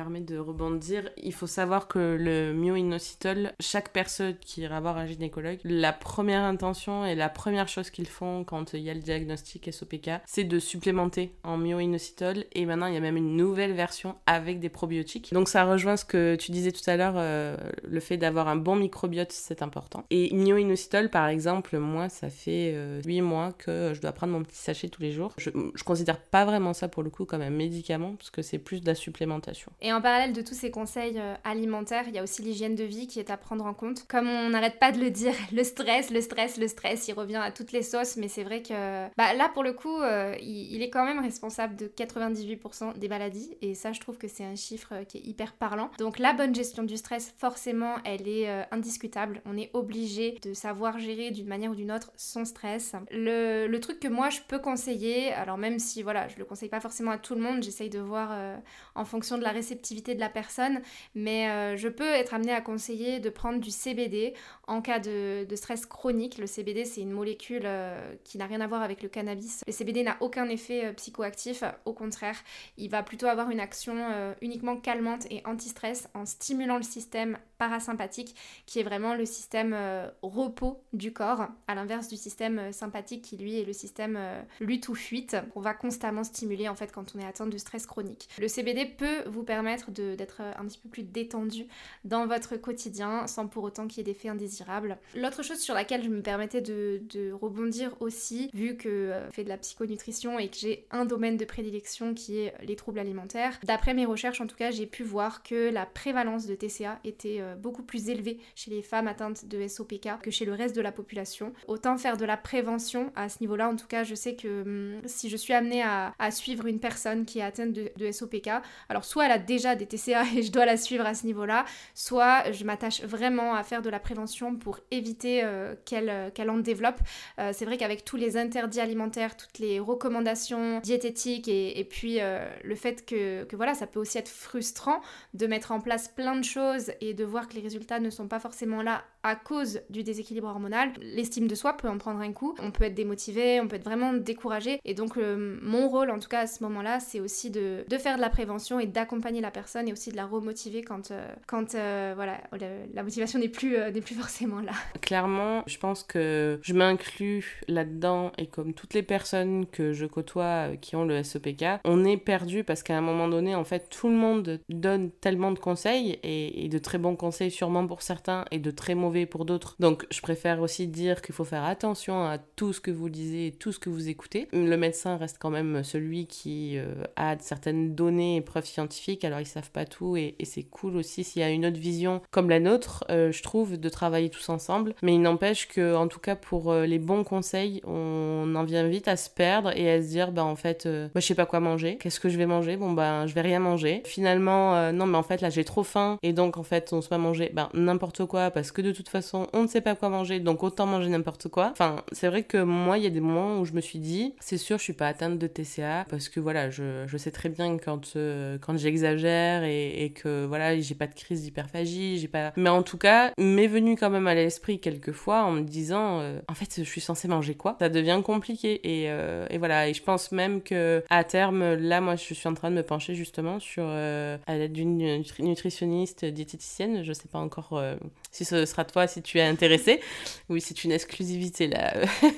permet de rebondir. Il faut savoir que le myo-inositol, chaque personne qui ira voir un gynécologue, la première intention et la première chose qu'ils font quand il y a le diagnostic S O P K, c'est de supplémenter en myo-inositol. Et maintenant, il y a même une nouvelle version avec des probiotiques. Donc ça rejoint ce que tu disais tout à l'heure, euh, le fait d'avoir un bon microbiote, c'est important. Et myo-inositol, par exemple, moi, ça fait euh, huit mois que je dois prendre mon petit sachet tous les jours. Je, je considère pas vraiment ça pour le coup comme un médicament, parce que c'est plus de la supplémentation. Et en parallèle de tous ces conseils euh, alimentaires, il y a aussi l'hygiène de vie qui est à prendre en compte. Comme on n'arrête pas de le dire, le stress, le stress, le stress, il revient à toutes les sauces, mais c'est vrai que bah, là, pour le coup, euh, il, il est quand même responsable de quatre-vingt-dix-huit pour cent des maladies, et ça, je trouve que c'est un chiffre qui est hyper parlant. Donc la bonne gestion du stress, forcément, elle est euh, indiscutable. On est obligé de savoir gérer d'une manière ou d'une autre son stress. Le, le truc que moi, je peux conseiller, alors même si, voilà, je le conseille pas forcément à tout le monde, j'essaye de voir euh, en fonction de la réceptivité de la personne, mais euh, je peux être amenée à conseiller de prendre du C B D en cas de, de stress chronique. Le C B D, c'est une molécule euh, qui n'a rien à voir avec le cannabis. Le C B D n'a aucun effet euh, psychoactif, au contraire, il va plutôt avoir une action euh, uniquement calmante et anti-stress en stimulant le système parasympathique, qui est vraiment le système euh, repos du corps, à l'inverse du système euh, sympathique qui lui est le système euh, lutte ou fuite. On va constamment stimuler en fait quand on est atteint de stress chronique. Le C B D peut vous permettre de, d'être un petit peu plus détendu dans votre quotidien sans pour autant qu'il y ait d'effets indésirables. L'autre chose sur laquelle je me permettais de, de rebondir aussi, vu que euh, je fais de la psychonutrition et que j'ai un domaine de prédilection qui est les troubles alimentaires, d'après mes recherches en tout cas, j'ai pu voir que la prévalence de T C A était euh, beaucoup plus élevée chez les femmes atteintes de S O P K que chez le reste de la population. Autant faire de la prévention à ce niveau-là. En tout cas, je sais que hum, si je suis amenée à, à suivre une personne qui est atteinte de, de S O P K, alors soit elle a déjà des T C A et je dois la suivre à ce niveau-là, soit je m'attache vraiment à faire de la prévention pour éviter euh, qu'elle, euh, qu'elle en développe. Euh, c'est vrai qu'avec tous les interdits alimentaires, toutes les recommandations diététiques et, et puis euh, le fait que, que voilà, ça peut aussi être frustrant de mettre en place plein de choses et de voir que les résultats ne sont pas forcément là à cause du déséquilibre hormonal. L'estime de soi peut en prendre un coup, on peut être démotivé, on peut être vraiment découragé, et donc euh, mon rôle en tout cas à ce moment-là, c'est aussi de, de faire de la prévention et d'accompagner la personne et aussi de la remotiver quand, euh, quand euh, voilà, la, la motivation n'est plus, euh, n'est plus forcément là. Clairement, je pense que je m'inclus là-dedans, et comme toutes les personnes que je côtoie qui ont le S O P K, on est perdu parce qu'à un moment donné, en fait, tout le monde donne tellement de conseils, et, et de très bons conseils sûrement pour certains, et de très mauvais pour d'autres. Donc, je préfère aussi dire qu'il faut faire attention à tout ce que vous lisez, tout ce que vous écoutez. Le médecin reste quand même celui qui euh, a certaines données et preuves scientifiques, alors ils savent pas tout, et, et c'est cool aussi s'il y a une autre vision comme la nôtre, euh, je trouve, de travailler tous ensemble. Mais il n'empêche que, en tout cas, pour euh, les bons conseils, on en vient vite à se perdre et à se dire, bah en fait, euh, bah, je sais pas quoi manger. Qu'est-ce que je vais manger? Bon, bah je vais rien manger. Finalement, euh, non, mais en fait, là, j'ai trop faim, et donc, en fait, on se met à manger bah, n'importe quoi, parce que de toute façon, on ne sait pas quoi manger, donc autant manger n'importe quoi. Enfin, c'est vrai que moi, il y a des moments où je me suis dit, c'est sûr, je suis pas atteinte de T C A, parce que voilà, je, je sais très bien quand, euh, quand j'exagère et, et que voilà, j'ai pas de crise d'hyperphagie, j'ai pas. Mais en tout cas, m'est venu quand même à l'esprit quelquefois en me disant, euh, en fait, je suis censée manger quoi? Ça devient compliqué, et, euh, et voilà, et je pense même que à terme, là, moi, je suis en train de me pencher justement sur, euh, à l'aide d'une nutri- nutritionniste diététicienne, je sais pas encore euh, si ce sera toi, si tu es intéressé. Oui, c'est une exclusivité là.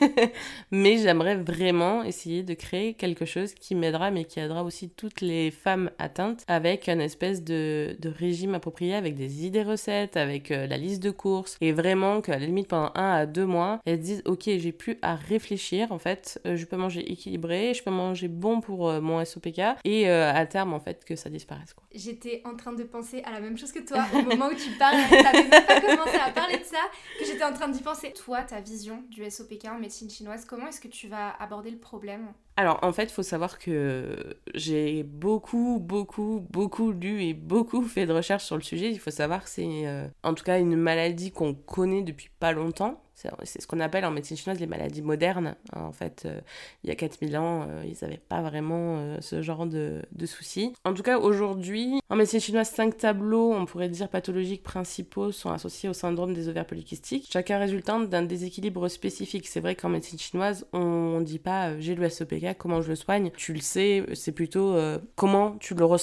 Mais j'aimerais vraiment essayer de créer quelque chose qui m'aidera, mais qui aidera aussi toutes les femmes atteintes, avec un espèce de, de régime approprié, avec des idées recettes, avec euh, la liste de courses, et vraiment qu'à la limite pendant un à deux mois, elles se disent ok, j'ai plus à réfléchir, en fait, euh, je peux manger équilibré, je peux manger bon pour euh, mon S O P K, et euh, à terme, en fait, que ça disparaisse, quoi. J'étais en train de penser à la même chose que toi au moment où tu parles, t'avais même pas commencé à parler de ça, que j'étais en train d'y penser. Toi, ta vision du S O P K en médecine chinoise, comment est-ce que tu vas aborder le problème? Alors, en fait, il faut savoir que j'ai beaucoup, beaucoup, beaucoup lu et beaucoup fait de recherches sur le sujet. Il faut savoir que c'est, euh, en tout cas, une maladie qu'on connaît depuis pas longtemps. C'est, c'est ce qu'on appelle en médecine chinoise les maladies modernes. En fait, euh, il y a quatre mille ans, euh, ils n'avaient pas vraiment euh, ce genre de, de soucis. En tout cas, aujourd'hui, en médecine chinoise, cinq tableaux, on pourrait dire pathologiques principaux, sont associés au syndrome des ovaires polykystiques, chacun résultant d'un déséquilibre spécifique. C'est vrai qu'en médecine chinoise, on ne dit pas euh, j'ai le S O P K, comment je le soigne? Tu le sais, c'est plutôt euh, comment tu le ressens.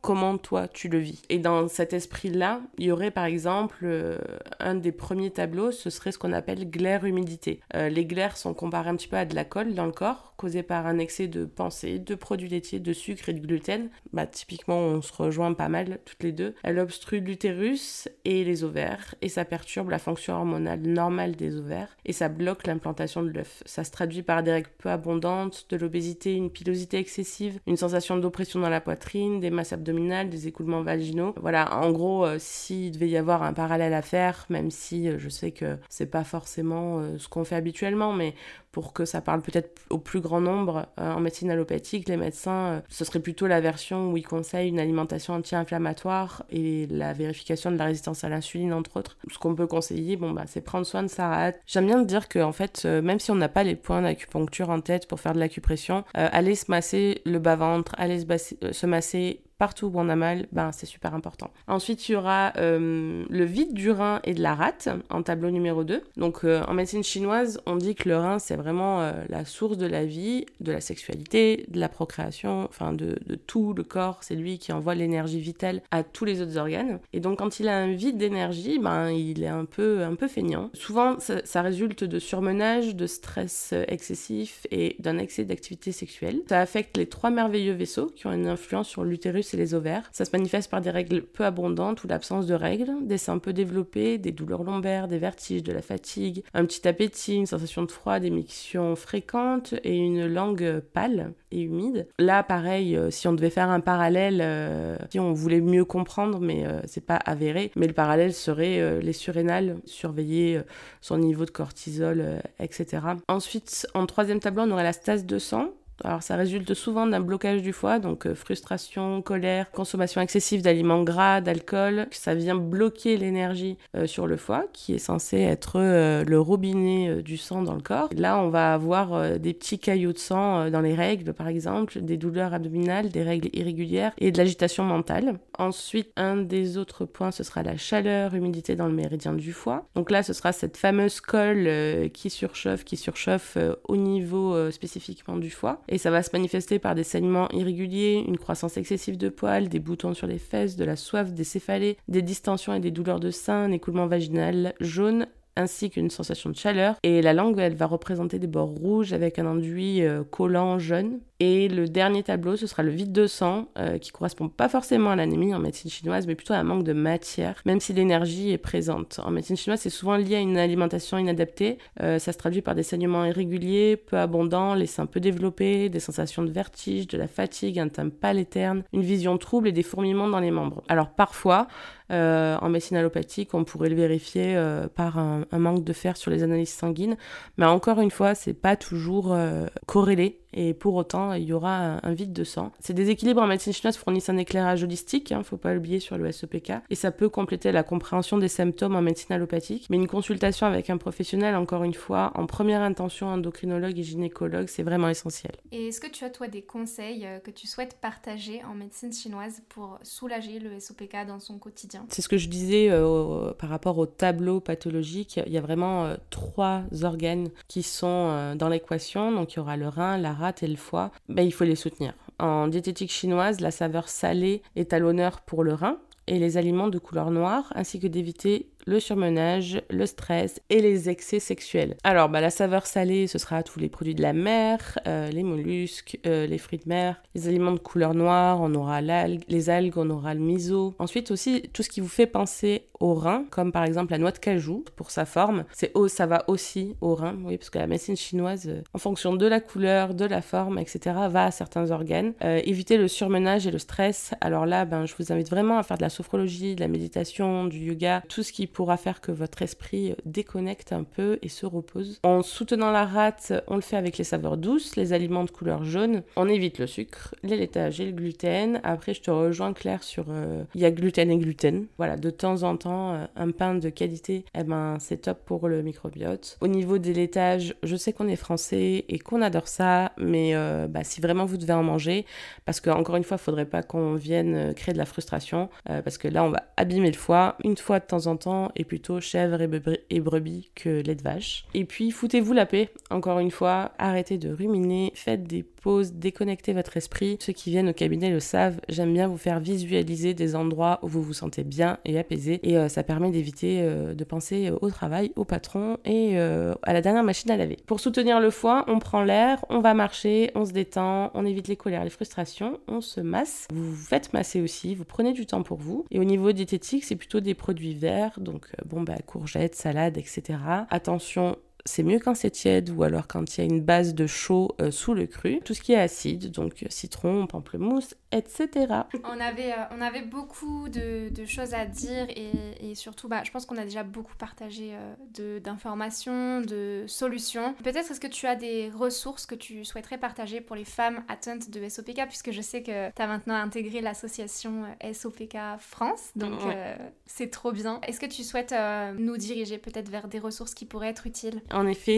comment toi tu le vis. Et dans cet esprit-là, il y aurait par exemple euh, un des premiers tableaux, ce serait ce qu'on appelle glaire-humidité. Euh, les glaires sont comparées un petit peu à de la colle dans le corps, causée par un excès de pensée, de produits laitiers, de sucre et de gluten. Bah, typiquement, on se rejoint pas mal toutes les deux. Elle obstrue l'utérus et les ovaires, et ça perturbe la fonction hormonale normale des ovaires, et ça bloque l'implantation de l'œuf. Ça se traduit par des règles peu abondantes, de l'obésité, une pilosité excessive, une sensation d'oppression dans la poitrine, des masses abdominales, des écoulements vaginaux. Voilà, en gros, euh, s'il devait y avoir un parallèle à faire, même si euh, je sais que c'est pas forcément euh, ce qu'on fait habituellement, mais pour que ça parle peut-être au plus grand nombre, euh, en médecine allopathique, les médecins, euh, ce serait plutôt la version où ils conseillent une alimentation anti-inflammatoire et la vérification de la résistance à l'insuline, entre autres. Ce qu'on peut conseiller, bon, bah, c'est prendre soin de sa rate. J'aime bien dire que, en fait, euh, même si on n'a pas les points d'acupuncture en tête pour faire de l'acupression, euh, aller se masser le bas-ventre, aller se, basser, euh, se masser partout où on a mal, ben, c'est super important. Ensuite, il y aura euh, le vide du rein et de la rate en tableau numéro deux. Donc, euh, en médecine chinoise, on dit que le rein, c'est vraiment euh, la source de la vie, de la sexualité, de la procréation, enfin de, de tout le corps. C'est lui qui envoie l'énergie vitale à tous les autres organes. Et donc, quand il a un vide d'énergie, ben, il est un peu, un peu feignant. Souvent, ça, ça résulte de surmenage, de stress excessif et d'un excès d'activité sexuelle. Ça affecte les trois merveilleux vaisseaux qui ont une influence sur l'utérus et les ovaires. Ça se manifeste par des règles peu abondantes ou l'absence de règles, des seins peu développés, des douleurs lombaires, des vertiges, de la fatigue, un petit appétit, une sensation de froid, des mictions fréquentes et une langue pâle et humide. Là, pareil, euh, si on devait faire un parallèle, euh, si on voulait mieux comprendre, mais euh, c'est pas avéré, mais le parallèle serait euh, les surrénales, surveiller euh, son niveau de cortisol, euh, et cetera. Ensuite, en troisième tableau, on aurait la stase de sang. Alors ça résulte souvent d'un blocage du foie, donc euh, frustration, colère, consommation excessive d'aliments gras, d'alcool. Ça vient bloquer l'énergie euh, sur le foie, qui est censé être euh, le robinet euh, du sang dans le corps. Là, on va avoir euh, des petits caillots de sang euh, dans les règles, par exemple, des douleurs abdominales, des règles irrégulières et de l'agitation mentale. Ensuite, un des autres points, ce sera la chaleur, humidité dans le méridien du foie. Donc là, ce sera cette fameuse colle euh, qui surchauffe, qui surchauffe euh, au niveau euh, spécifiquement du foie. Et ça va se manifester par des saignements irréguliers, une croissance excessive de poils, des boutons sur les fesses, de la soif, des céphalées, des distensions et des douleurs de sein, un écoulement vaginal jaune, ainsi qu'une sensation de chaleur. Et la langue, elle va représenter des bords rouges avec un enduit euh, collant jaune. Et le dernier tableau, ce sera le vide de sang, euh, qui correspond pas forcément à l'anémie en médecine chinoise, mais plutôt à un manque de matière, même si l'énergie est présente. En médecine chinoise, c'est souvent lié à une alimentation inadaptée. Euh, ça se traduit par des saignements irréguliers, peu abondants, les seins peu développés, des sensations de vertige, de la fatigue, un teint pâle et terne, une vision trouble et des fourmillements dans les membres. Alors parfois, euh, en médecine allopathique, on pourrait le vérifier euh, par un, un manque de fer sur les analyses sanguines, mais encore une fois, c'est pas toujours euh, corrélé. Et pour autant, il y aura un vide de sang. Ces déséquilibres en médecine chinoise fournissent un éclairage holistique, hein, faut pas l'oublier sur le S E P K, et ça peut compléter la compréhension des symptômes en médecine allopathique. Mais une consultation avec un professionnel, encore une fois, en première intention, endocrinologue et gynécologue, c'est vraiment essentiel. Et est-ce que tu as, toi, des conseils que tu souhaites partager en médecine chinoise pour soulager le S O P K dans son quotidien ? C'est ce que je disais euh, par rapport au tableau pathologique. Il y a vraiment euh, trois organes qui sont euh, dans l'équation. Donc il y aura le rein, la rate et le foie. Ben, il faut les soutenir. En diététique chinoise, la saveur salée est à l'honneur pour le rein et les aliments de couleur noire, ainsi que d'éviter le surmenage, le stress et les excès sexuels. Alors, bah, la saveur salée, ce sera tous les produits de la mer, euh, les mollusques, euh, les fruits de mer, les aliments de couleur noire, on aura l'algue, les algues, on aura le miso. Ensuite aussi, tout ce qui vous fait penser au rein, comme par exemple la noix de cajou, pour sa forme, c'est oh, ça va aussi au rein, oui, parce que la médecine chinoise, euh, en fonction de la couleur, de la forme, et cetera, va à certains organes. Euh, éviter le surmenage et le stress. Alors là, ben, je vous invite vraiment à faire de la sophrologie, de la méditation, du yoga, tout ce qui pourra faire que votre esprit déconnecte un peu et se repose. En soutenant la rate, on le fait avec les saveurs douces, les aliments de couleur jaune. On évite le sucre, les laitages et le gluten. Après, je te rejoins Claire sur... Euh, il y a gluten et gluten. Voilà, de temps en temps, euh, un pain de qualité, eh ben, c'est top pour le microbiote. Au niveau des laitages, je sais qu'on est français et qu'on adore ça, mais euh, bah, si vraiment vous devez en manger, parce qu'encore une fois, il ne faudrait pas qu'on vienne créer de la frustration, euh, parce que là, on va abîmer le foie. Une fois de temps en temps, et plutôt chèvre et, bre- et brebis que lait de vache. Et puis, foutez-vous la paix. Encore une fois, arrêtez de ruminer, faites des pause, déconnecter votre esprit. Ceux qui viennent au cabinet le savent, j'aime bien vous faire visualiser des endroits où vous vous sentez bien et apaisé et euh, ça permet d'éviter euh, de penser au travail, au patron et euh, à la dernière machine à laver. Pour soutenir le foie, on prend l'air, on va marcher, on se détend, on évite les colères, les frustrations, on se masse. Vous vous faites masser aussi, vous prenez du temps pour vous. Et au niveau diététique, c'est plutôt des produits verts, donc euh, bon bah courgettes, salades, et cetera. Attention, c'est mieux quand c'est tiède ou alors quand il y a une base de chaud euh, sous le cru. Tout ce qui est acide, donc citron, pamplemousse, et cetera. On avait, euh, on avait beaucoup de, de choses à dire et, et surtout, bah, je pense qu'on a déjà beaucoup partagé euh, de, d'informations, de solutions. Peut-être est-ce que tu as des ressources que tu souhaiterais partager pour les femmes atteintes de S O P K, puisque je sais que tu as maintenant intégré l'association S O P K France, donc ouais. euh, c'est trop bien. Est-ce que tu souhaites euh, nous diriger peut-être vers des ressources qui pourraient être utiles ? En effet,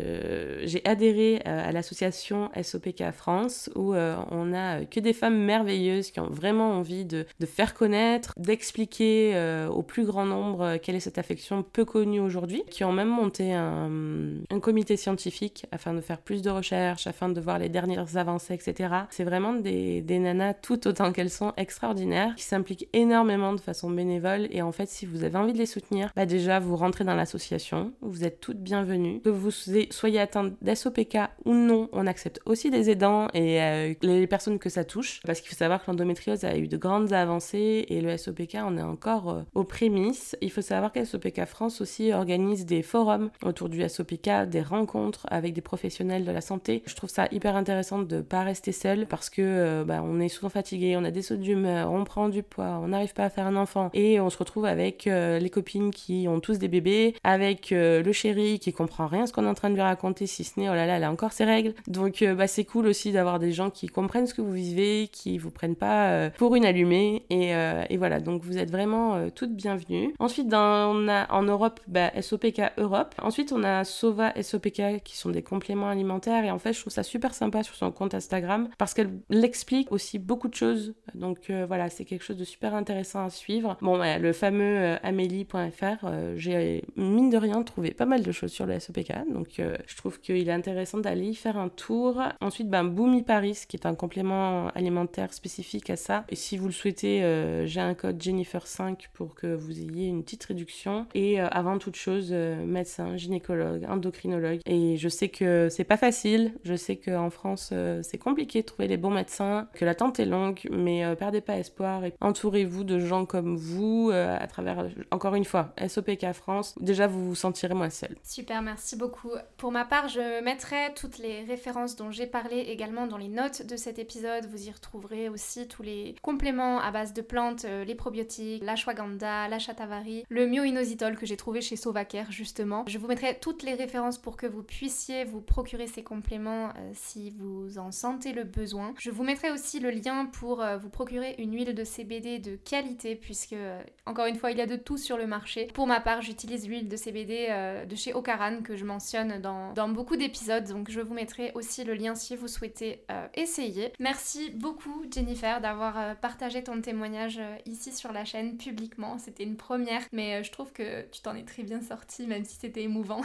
je, j'ai adhéré à l'association S O P K France où euh, on a que des femmes merveilleuses qui ont vraiment envie de, de faire connaître, d'expliquer euh, au plus grand nombre quelle est cette affection peu connue aujourd'hui, qui ont même monté un, un comité scientifique afin de faire plus de recherches, afin de voir les dernières avancées, et cetera. C'est vraiment des, des nanas tout autant qu'elles sont extraordinaires, qui s'impliquent énormément de façon bénévole et en fait, si vous avez envie de les soutenir, bah déjà, vous rentrez dans l'association, vous êtes toutes bienvenues. Que vous soyez atteinte d'S O P K ou non, on accepte aussi des aidants et euh, les personnes que ça touche, parce qu'il faut savoir que l'endométriose a eu de grandes avancées et le S O P K, on est encore euh, aux prémices. Il faut savoir que S O P K France aussi organise des forums autour du S O P K, des rencontres avec des professionnels de la santé. Je trouve ça hyper intéressant de ne pas rester seul parce que euh, bah, on est souvent fatigué, on a des sautes d'humeur, on prend du poids, on n'arrive pas à faire un enfant et on se retrouve avec euh, les copines qui ont tous des bébés, avec euh, le chéri qui comprend rien à ce qu'on est en train de lui raconter, si ce n'est oh là là, elle a encore ses règles. Donc euh, bah, c'est cool aussi d'avoir des gens qui comprennent ce que vous vivez, qui vous prennent pas euh, pour une allumée et, euh, et voilà, donc vous êtes vraiment euh, toutes bienvenues. Ensuite dans, on a en Europe bah, S O P K Europe. Ensuite on a Sova S O P K qui sont des compléments alimentaires et en fait je trouve ça super sympa sur son compte Instagram parce qu'elle explique aussi beaucoup de choses, donc euh, voilà, c'est quelque chose de super intéressant à suivre. Bon bah, le fameux euh, amélie point f r, euh, j'ai mine de rien trouvé pas mal de choses sur le S O P K, donc euh, je trouve qu'il est intéressant d'aller y faire un tour. Ensuite ben, Boomy Paris qui est un complément alimentaire spécifique à ça et si vous le souhaitez euh, j'ai un code Jennifer cinq pour que vous ayez une petite réduction et euh, avant toute chose euh, médecin, gynécologue, endocrinologue et je sais que c'est pas facile, je sais qu'en France euh, c'est compliqué de trouver les bons médecins, que l'attente est longue mais euh, perdez pas espoir et entourez-vous de gens comme vous euh, à travers, encore une fois, S O P K France, déjà vous vous sentirez moins seul. Super, merci beaucoup. Pour ma part, je mettrai toutes les références dont j'ai parlé également dans les notes de cet épisode. Vous y retrouverez aussi tous les compléments à base de plantes, euh, les probiotiques, l'ashwagandha, la shatavari, le myo-inositol que j'ai trouvé chez Sovacare justement. Je vous mettrai toutes les références pour que vous puissiez vous procurer ces compléments euh, si vous en sentez le besoin. Je vous mettrai aussi le lien pour euh, vous procurer une huile de C B D de qualité puisque, euh, encore une fois, il y a de tout sur le marché. Pour ma part, j'utilise l'huile de C B D euh, de chez Ocaran que je mentionne dans, dans beaucoup d'épisodes, donc je vous mettrai aussi le lien si vous souhaitez euh, essayer. Merci beaucoup Jennifer d'avoir euh, partagé ton témoignage euh, ici sur la chaîne publiquement, c'était une première, mais euh, je trouve que tu t'en es très bien sortie même si c'était émouvant.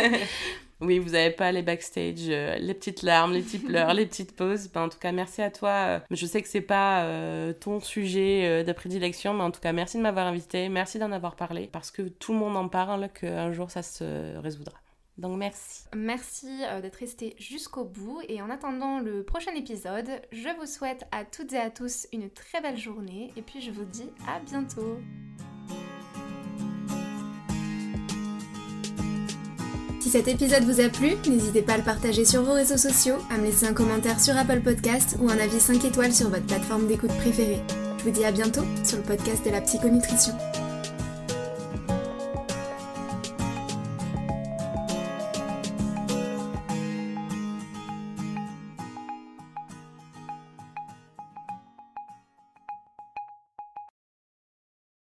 Oui, vous n'avez pas les backstage, euh, les petites larmes, les petits pleurs, les petites pauses. Ben, en tout cas, merci à toi. Euh, je sais que c'est pas euh, ton sujet euh, de prédilection, mais en tout cas, merci de m'avoir invité, merci d'en avoir parlé, parce que tout le monde en parle, qu'un jour ça se résoudra. Donc merci. Merci euh, d'être resté jusqu'au bout et en attendant le prochain épisode, je vous souhaite à toutes et à tous une très belle journée et puis je vous dis à bientôt. Si cet épisode vous a plu, n'hésitez pas à le partager sur vos réseaux sociaux, à me laisser un commentaire sur Apple Podcast ou un avis cinq étoiles sur votre plateforme d'écoute préférée. Je vous dis à bientôt sur le podcast de la psychonutrition.